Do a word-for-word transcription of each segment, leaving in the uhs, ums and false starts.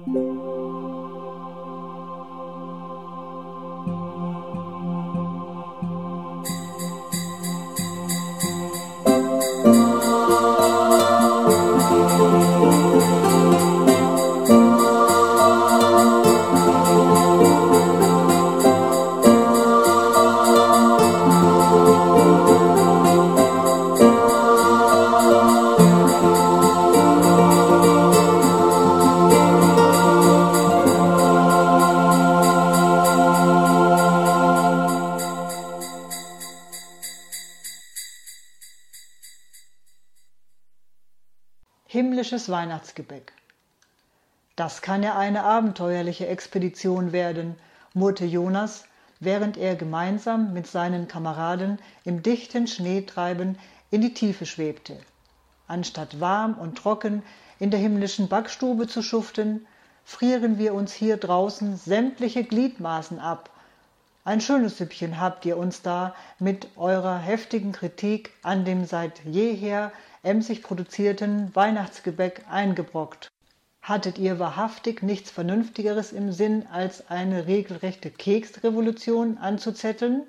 Himmlisches Weihnachtsgebäck. Das kann ja eine abenteuerliche Expedition werden, murrte Jonas, während er gemeinsam mit seinen Kameraden im dichten Schneetreiben in die Tiefe schwebte. Anstatt warm und trocken in der himmlischen Backstube zu schuften, frieren wir uns hier draußen sämtliche Gliedmaßen ab. Ein schönes Süppchen habt ihr uns da mit eurer heftigen Kritik an dem seit jeher emsig produzierten Weihnachtsgebäck eingebrockt. Hattet ihr wahrhaftig nichts Vernünftigeres im Sinn, als eine regelrechte Keksrevolution anzuzetteln?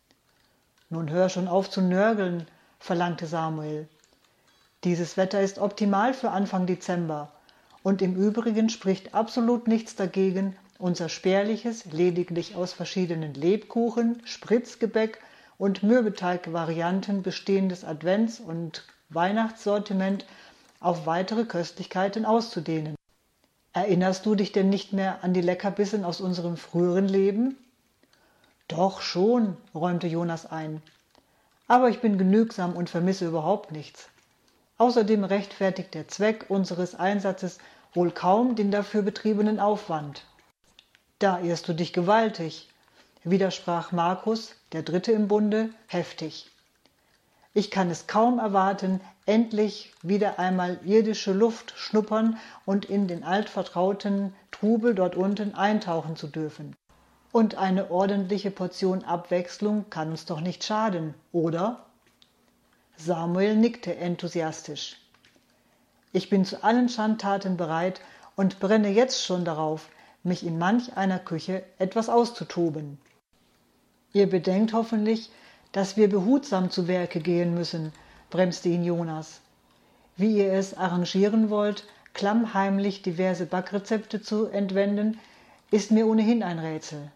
Nun hör schon auf zu nörgeln, verlangte Samuel. Dieses Wetter ist optimal für Anfang Dezember, und im Übrigen spricht absolut nichts dagegen, unser spärliches, lediglich aus verschiedenen Lebkuchen, Spritzgebäck und Mürbeteig-Varianten bestehendes Advents- und Weihnachtssortiment auf weitere Köstlichkeiten auszudehnen. Erinnerst du dich denn nicht mehr an die Leckerbissen aus unserem früheren Leben? Doch schon, räumte Jonas ein. Aber ich bin genügsam und vermisse überhaupt nichts. Außerdem rechtfertigt der Zweck unseres Einsatzes wohl kaum den dafür betriebenen Aufwand. Da irrst du dich gewaltig, widersprach Markus, der Dritte im Bunde, heftig. Ich kann es kaum erwarten, endlich wieder einmal irdische Luft schnuppern und in den altvertrauten Trubel dort unten eintauchen zu dürfen. Und eine ordentliche Portion Abwechslung kann uns doch nicht schaden, oder? Samuel nickte enthusiastisch. Ich bin zu allen Schandtaten bereit und brenne jetzt schon darauf, mich in manch einer Küche etwas auszutoben. Ihr bedenkt hoffentlich, dass wir behutsam zu Werke gehen müssen, bremste ihn Jonas. Wie ihr es arrangieren wollt, klammheimlich diverse Backrezepte zu entwenden, ist mir ohnehin ein Rätsel.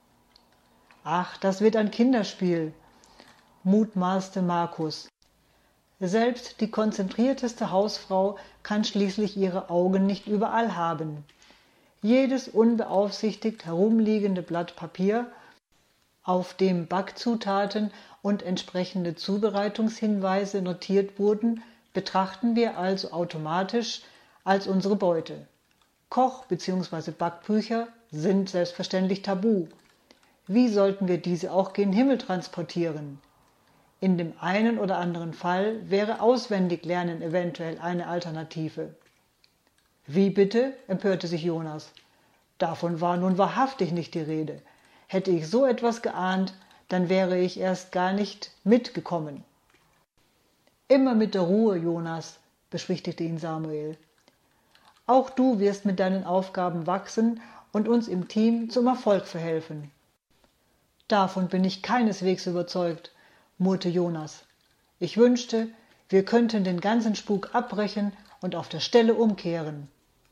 Ach, das wird ein Kinderspiel, mutmaßte Markus. Selbst die konzentrierteste Hausfrau kann schließlich ihre Augen nicht überall haben. Jedes unbeaufsichtigt herumliegende Blatt Papier, auf dem Backzutaten und entsprechende Zubereitungshinweise notiert wurden, betrachten wir also automatisch als unsere Beute. Koch- bzw. Backbücher sind selbstverständlich tabu. Wie sollten wir diese auch gen Himmel transportieren? In dem einen oder anderen Fall wäre Auswendiglernen eventuell eine Alternative. Wie bitte? Empörte sich Jonas. Davon war nun wahrhaftig nicht die Rede. Hätte ich so etwas geahnt, dann wäre ich erst gar nicht mitgekommen. Immer mit der Ruhe, Jonas, beschwichtigte ihn Samuel. Auch du wirst mit deinen Aufgaben wachsen und uns im Team zum Erfolg verhelfen. Davon bin ich keineswegs überzeugt, murrte Jonas. Ich wünschte, wir könnten den ganzen Spuk abbrechen und auf der Stelle umkehren.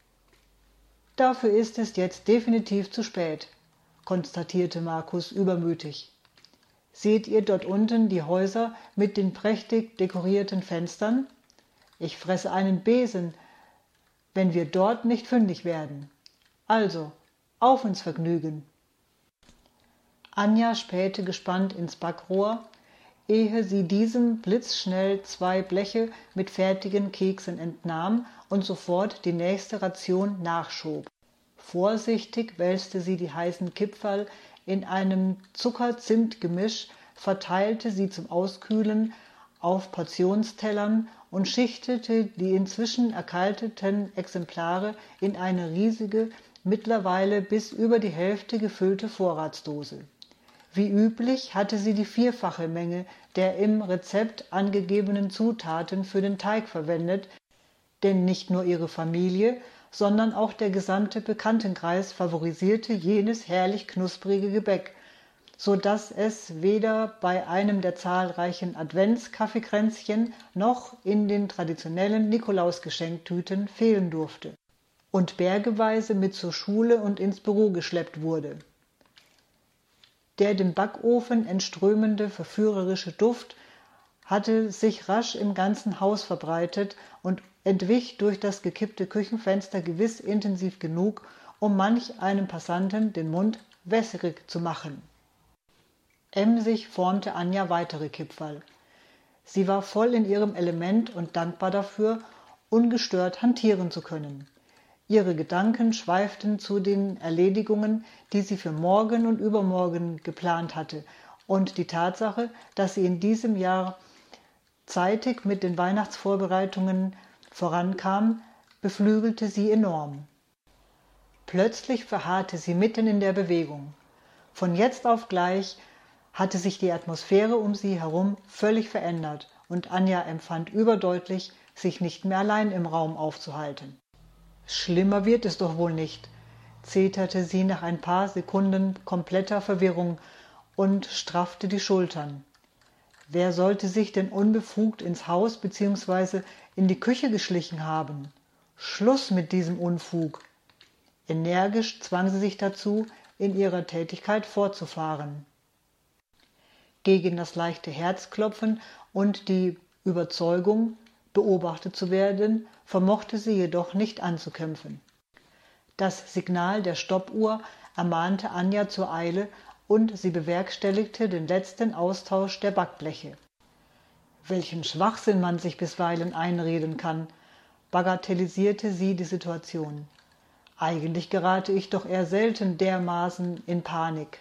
Dafür ist es jetzt definitiv zu spät, konstatierte Markus übermütig. Seht ihr dort unten die Häuser mit den prächtig dekorierten Fenstern? Ich fresse einen Besen, wenn wir dort nicht fündig werden. Also, auf ins Vergnügen. Anja spähte gespannt ins Backrohr, ehe sie diesem blitzschnell zwei Bleche mit fertigen Keksen entnahm und sofort die nächste Ration nachschob. Vorsichtig wälzte sie die heißen Kipferl in einem Zucker-Zimt-Gemisch, verteilte sie zum Auskühlen auf Portionstellern und schichtete die inzwischen erkalteten Exemplare in eine riesige, mittlerweile bis über die Hälfte gefüllte Vorratsdose. Wie üblich hatte sie die vierfache Menge der im Rezept angegebenen Zutaten für den Teig verwendet, denn nicht nur ihre Familie, sondern auch der gesamte Bekanntenkreis favorisierte jenes herrlich knusprige Gebäck, so dass es weder bei einem der zahlreichen Advents-Kaffeekränzchen noch in den traditionellen Nikolaus-Geschenktüten fehlen durfte und bergeweise mit zur Schule und ins Büro geschleppt wurde. Der dem Backofen entströmende verführerische Duft hatte sich rasch im ganzen Haus verbreitet und entwich durch das gekippte Küchenfenster gewiss intensiv genug, um manch einem Passanten den Mund wässrig zu machen. Emsig formte Anja weitere Kipferl. Sie war voll in ihrem Element und dankbar dafür, ungestört hantieren zu können. Ihre Gedanken schweiften zu den Erledigungen, die sie für morgen und übermorgen geplant hatte, und die Tatsache, dass sie in diesem Jahr zeitig mit den Weihnachtsvorbereitungen vorankam, beflügelte sie enorm. Plötzlich verharrte sie mitten in der Bewegung. Von jetzt auf gleich hatte sich die Atmosphäre um sie herum völlig verändert und Anja empfand überdeutlich, sich nicht mehr allein im Raum aufzuhalten. »Schlimmer wird es doch wohl nicht«, zeterte sie nach ein paar Sekunden kompletter Verwirrung und straffte die Schultern. Wer sollte sich denn unbefugt ins Haus bzw. in die Küche geschlichen haben? Schluss mit diesem Unfug! Energisch zwang sie sich dazu, in ihrer Tätigkeit fortzufahren. Gegen das leichte Herzklopfen und die Überzeugung, beobachtet zu werden, vermochte sie jedoch nicht anzukämpfen. Das Signal der Stoppuhr ermahnte Anja zur Eile und sie bewerkstelligte den letzten Austausch der Backbleche. Welchen Schwachsinn man sich bisweilen einreden kann, bagatellisierte sie die Situation. Eigentlich gerate ich doch eher selten dermaßen in Panik.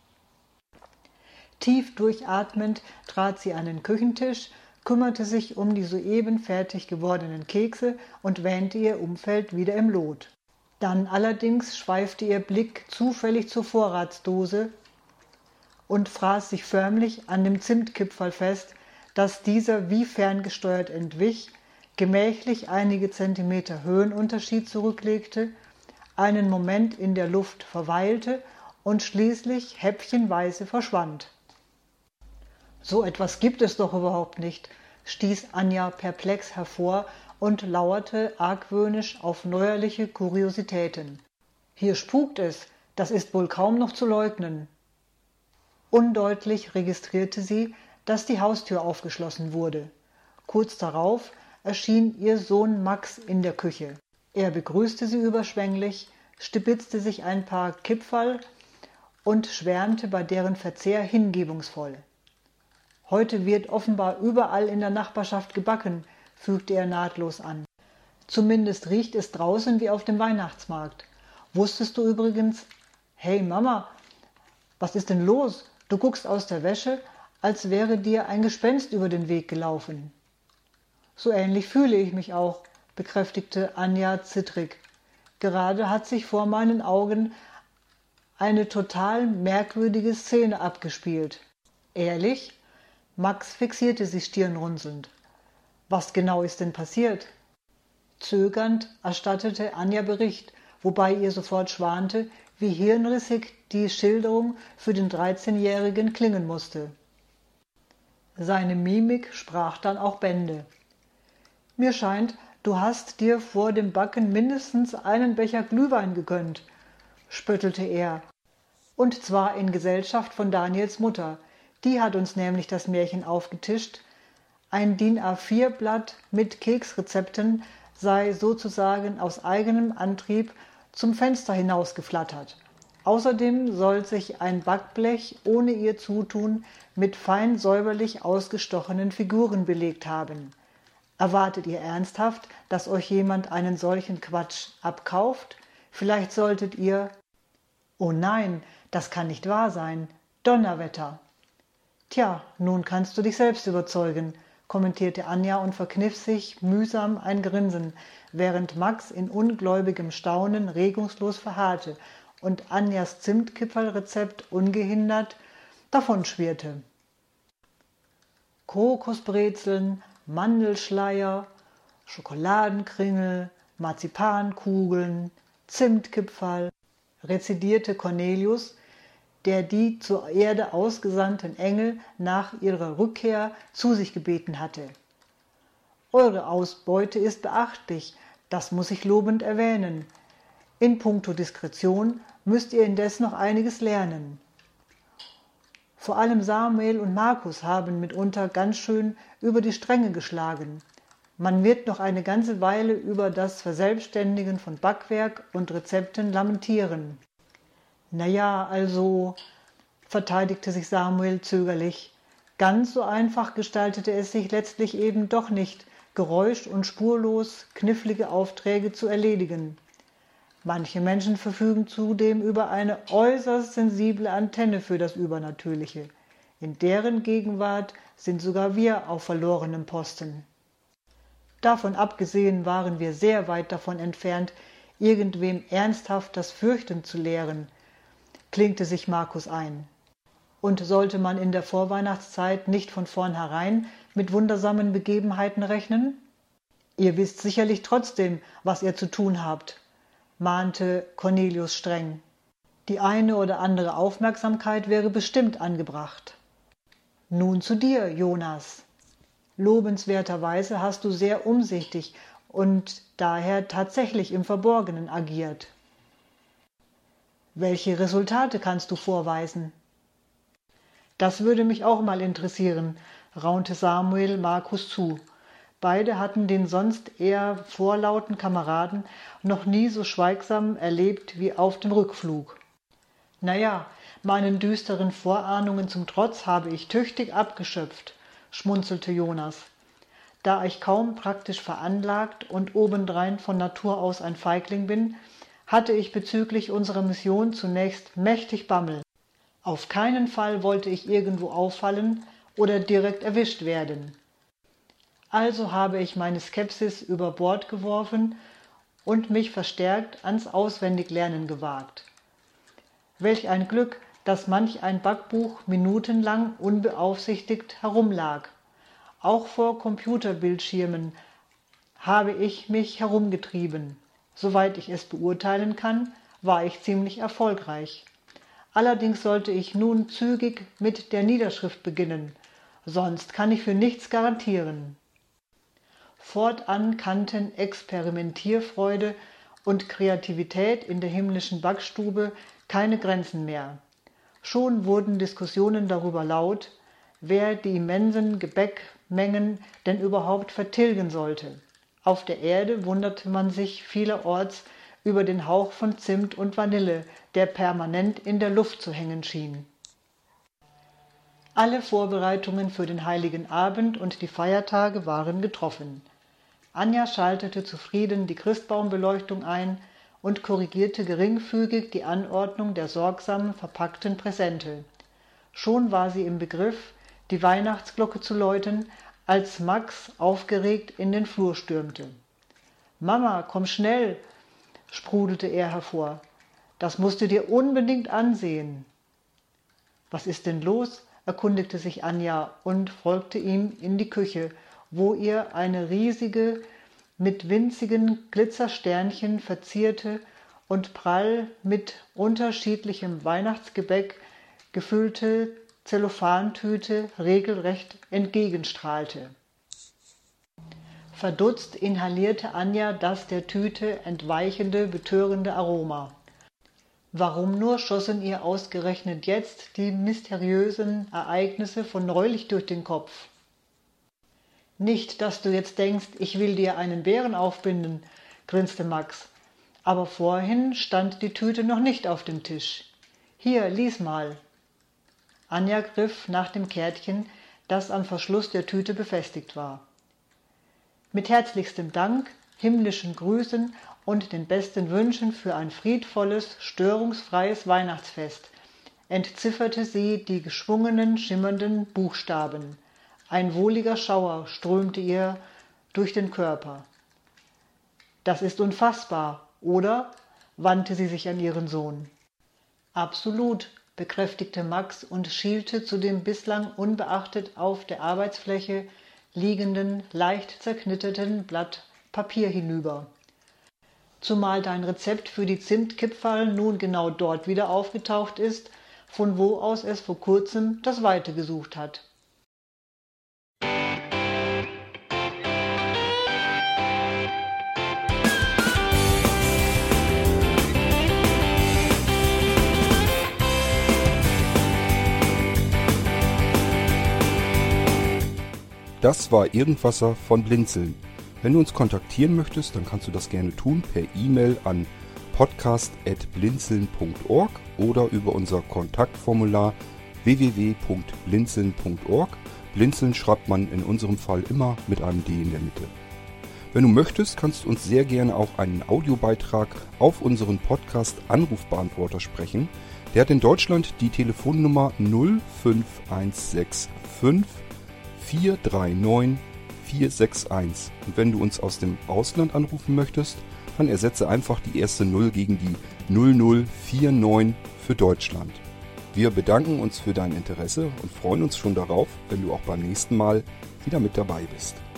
Tief durchatmend trat sie an den Küchentisch, kümmerte sich um die soeben fertig gewordenen Kekse und wähnte ihr Umfeld wieder im Lot. Dann allerdings schweifte ihr Blick zufällig zur Vorratsdose und fraß sich förmlich an dem Zimtkipferl fest, dass dieser wie ferngesteuert entwich, gemächlich einige Zentimeter Höhenunterschied zurücklegte, einen Moment in der Luft verweilte und schließlich häppchenweise verschwand. »So etwas gibt es doch überhaupt nicht«, stieß Anja perplex hervor und lauerte argwöhnisch auf neuerliche Kuriositäten. »Hier spukt es, das ist wohl kaum noch zu leugnen.« Undeutlich registrierte sie, dass die Haustür aufgeschlossen wurde. Kurz darauf erschien ihr Sohn Max in der Küche. Er begrüßte sie überschwänglich, stibitzte sich ein paar Kipferl und schwärmte bei deren Verzehr hingebungsvoll. »Heute wird offenbar überall in der Nachbarschaft gebacken«, fügte er nahtlos an. »Zumindest riecht es draußen wie auf dem Weihnachtsmarkt. Wusstest du übrigens, hey Mama, was ist denn los? Du guckst aus der Wäsche, als wäre dir ein Gespenst über den Weg gelaufen.« »So ähnlich fühle ich mich auch«, bekräftigte Anja zittrig. »Gerade hat sich vor meinen Augen eine total merkwürdige Szene abgespielt.« »Ehrlich?« Max fixierte sie stirnrunzelnd. »Was genau ist denn passiert?« Zögernd erstattete Anja Bericht, wobei ihr sofort schwante, wie hirnrissig die Schilderung für den dreizehnjährigen klingen musste. Seine Mimik sprach dann auch Bände. »Mir scheint, du hast dir vor dem Backen mindestens einen Becher Glühwein gegönnt«, spöttelte er. »Und zwar in Gesellschaft von Daniels Mutter. Die hat uns nämlich das Märchen aufgetischt. Ein D I N A vier Blatt mit Keksrezepten sei sozusagen aus eigenem Antrieb zum Fenster hinausgeflattert. Außerdem soll sich ein Backblech ohne ihr Zutun mit fein säuberlich ausgestochenen Figuren belegt haben. Erwartet ihr ernsthaft, dass euch jemand einen solchen Quatsch abkauft? Vielleicht solltet ihr... Oh nein, das kann nicht wahr sein. Donnerwetter! »Tja, nun kannst du dich selbst überzeugen«, kommentierte Anja und verkniff sich mühsam ein Grinsen, während Max in ungläubigem Staunen regungslos verharrte und Anjas Zimtkipferlrezept ungehindert davonschwirrte. Kokosbrezeln, Mandelschleier, Schokoladenkringel, Marzipankugeln, Zimtkipferl, rezidierte Cornelius, der die zur Erde ausgesandten Engel nach ihrer Rückkehr zu sich gebeten hatte. Eure Ausbeute ist beachtlich, das muss ich lobend erwähnen. In puncto Diskretion müsst ihr indes noch einiges lernen. Vor allem Samuel und Markus haben mitunter ganz schön über die Stränge geschlagen. Man wird noch eine ganze Weile über das Verselbstständigen von Backwerk und Rezepten lamentieren. Na ja, also, verteidigte sich Samuel zögerlich, ganz so einfach gestaltete es sich letztlich eben doch nicht, geräusch- und spurlos knifflige Aufträge zu erledigen. Manche Menschen verfügen zudem über eine äußerst sensible Antenne für das Übernatürliche. In deren Gegenwart sind sogar wir auf verlorenem Posten. Davon abgesehen waren wir sehr weit davon entfernt, irgendwem ernsthaft das Fürchten zu lehren, klinkte sich Markus ein. Und sollte man in der Vorweihnachtszeit nicht von vornherein mit wundersamen Begebenheiten rechnen? Ihr wisst sicherlich trotzdem, was ihr zu tun habt, mahnte Cornelius streng. Die eine oder andere Aufmerksamkeit wäre bestimmt angebracht. Nun zu dir, Jonas. Lobenswerterweise hast du sehr umsichtig und daher tatsächlich im Verborgenen agiert. Welche Resultate kannst du vorweisen? Das würde mich auch mal interessieren, raunte Samuel Markus zu. Beide hatten den sonst eher vorlauten Kameraden noch nie so schweigsam erlebt wie auf dem Rückflug. Naja, meinen düsteren Vorahnungen zum Trotz habe ich tüchtig abgeschöpft, schmunzelte Jonas. Da ich kaum praktisch veranlagt und obendrein von Natur aus ein Feigling bin, hatte ich bezüglich unserer Mission zunächst mächtig Bammel. Auf keinen Fall wollte ich irgendwo auffallen oder direkt erwischt werden. Also habe ich meine Skepsis über Bord geworfen und mich verstärkt ans Auswendiglernen gewagt. Welch ein Glück, dass manch ein Backbuch minutenlang unbeaufsichtigt herumlag. Auch vor Computerbildschirmen habe ich mich herumgetrieben. Soweit ich es beurteilen kann, war ich ziemlich erfolgreich. Allerdings sollte ich nun zügig mit der Niederschrift beginnen, sonst kann ich für nichts garantieren. Fortan kannten Experimentierfreude und Kreativität in der himmlischen Backstube keine Grenzen mehr. Schon wurden Diskussionen darüber laut, wer die immensen Gebäckmengen denn überhaupt vertilgen sollte. Auf der Erde wunderte man sich vielerorts über den Hauch von Zimt und Vanille, der permanent in der Luft zu hängen schien. Alle Vorbereitungen für den heiligen Abend und die Feiertage waren getroffen. Anja schaltete zufrieden die Christbaumbeleuchtung ein und korrigierte geringfügig die Anordnung der sorgsam verpackten Präsente. Schon war sie im Begriff, die Weihnachtsglocke zu läuten, als Max aufgeregt in den Flur stürmte. »Mama, komm schnell«, sprudelte er hervor. »Das musst du dir unbedingt ansehen.« »Was ist denn los?«, erkundigte sich Anja und folgte ihm in die Küche, wo ihr eine riesige, mit winzigen Glitzersternchen verzierte und prall mit unterschiedlichem Weihnachtsgebäck gefüllte Zellophantüte regelrecht entgegenstrahlte. Verdutzt inhalierte Anja das der Tüte entweichende, betörende Aroma. Warum nur schossen ihr ausgerechnet jetzt die mysteriösen Ereignisse von neulich durch den Kopf? »Nicht, dass du jetzt denkst, ich will dir einen Bären aufbinden«, grinste Max. »Aber vorhin stand die Tüte noch nicht auf dem Tisch. Hier, lies mal.« Anja griff nach dem Kärtchen, das am Verschluss der Tüte befestigt war. »Mit herzlichstem Dank, himmlischen Grüßen und den besten Wünschen für ein friedvolles, störungsfreies Weihnachtsfest«, entzifferte sie die geschwungenen, schimmernden Buchstaben. Ein wohliger Schauer strömte ihr durch den Körper. »Das ist unfassbar, oder?«, wandte sie sich an ihren Sohn. »Absolut«, bekräftigte Max und schielte zu dem bislang unbeachtet auf der Arbeitsfläche liegenden, leicht zerknitterten Blatt Papier hinüber. zumal dein Rezept für die Zimtkippfallen nun genau dort wieder aufgetaucht ist, von wo aus es vor kurzem das Weite gesucht hat. Das war Irgendwasser von Blinzeln. Wenn du uns kontaktieren möchtest, dann kannst du das gerne tun per E-Mail an podcast at blinzeln punkt org oder über unser Kontaktformular w w w punkt blinzeln punkt org. Blinzeln schreibt man in unserem Fall immer mit einem D in der Mitte. Wenn du möchtest, kannst du uns sehr gerne auch einen Audiobeitrag auf unseren Podcast Anrufbeantworter sprechen. Der hat in Deutschland die Telefonnummer null fünf eins sechs fünf vier drei neun vier sechs eins. Und wenn du uns aus dem Ausland anrufen möchtest, dann ersetze einfach die erste null gegen die null null vier neun für Deutschland. Wir bedanken uns für dein Interesse und freuen uns schon darauf, wenn du auch beim nächsten Mal wieder mit dabei bist.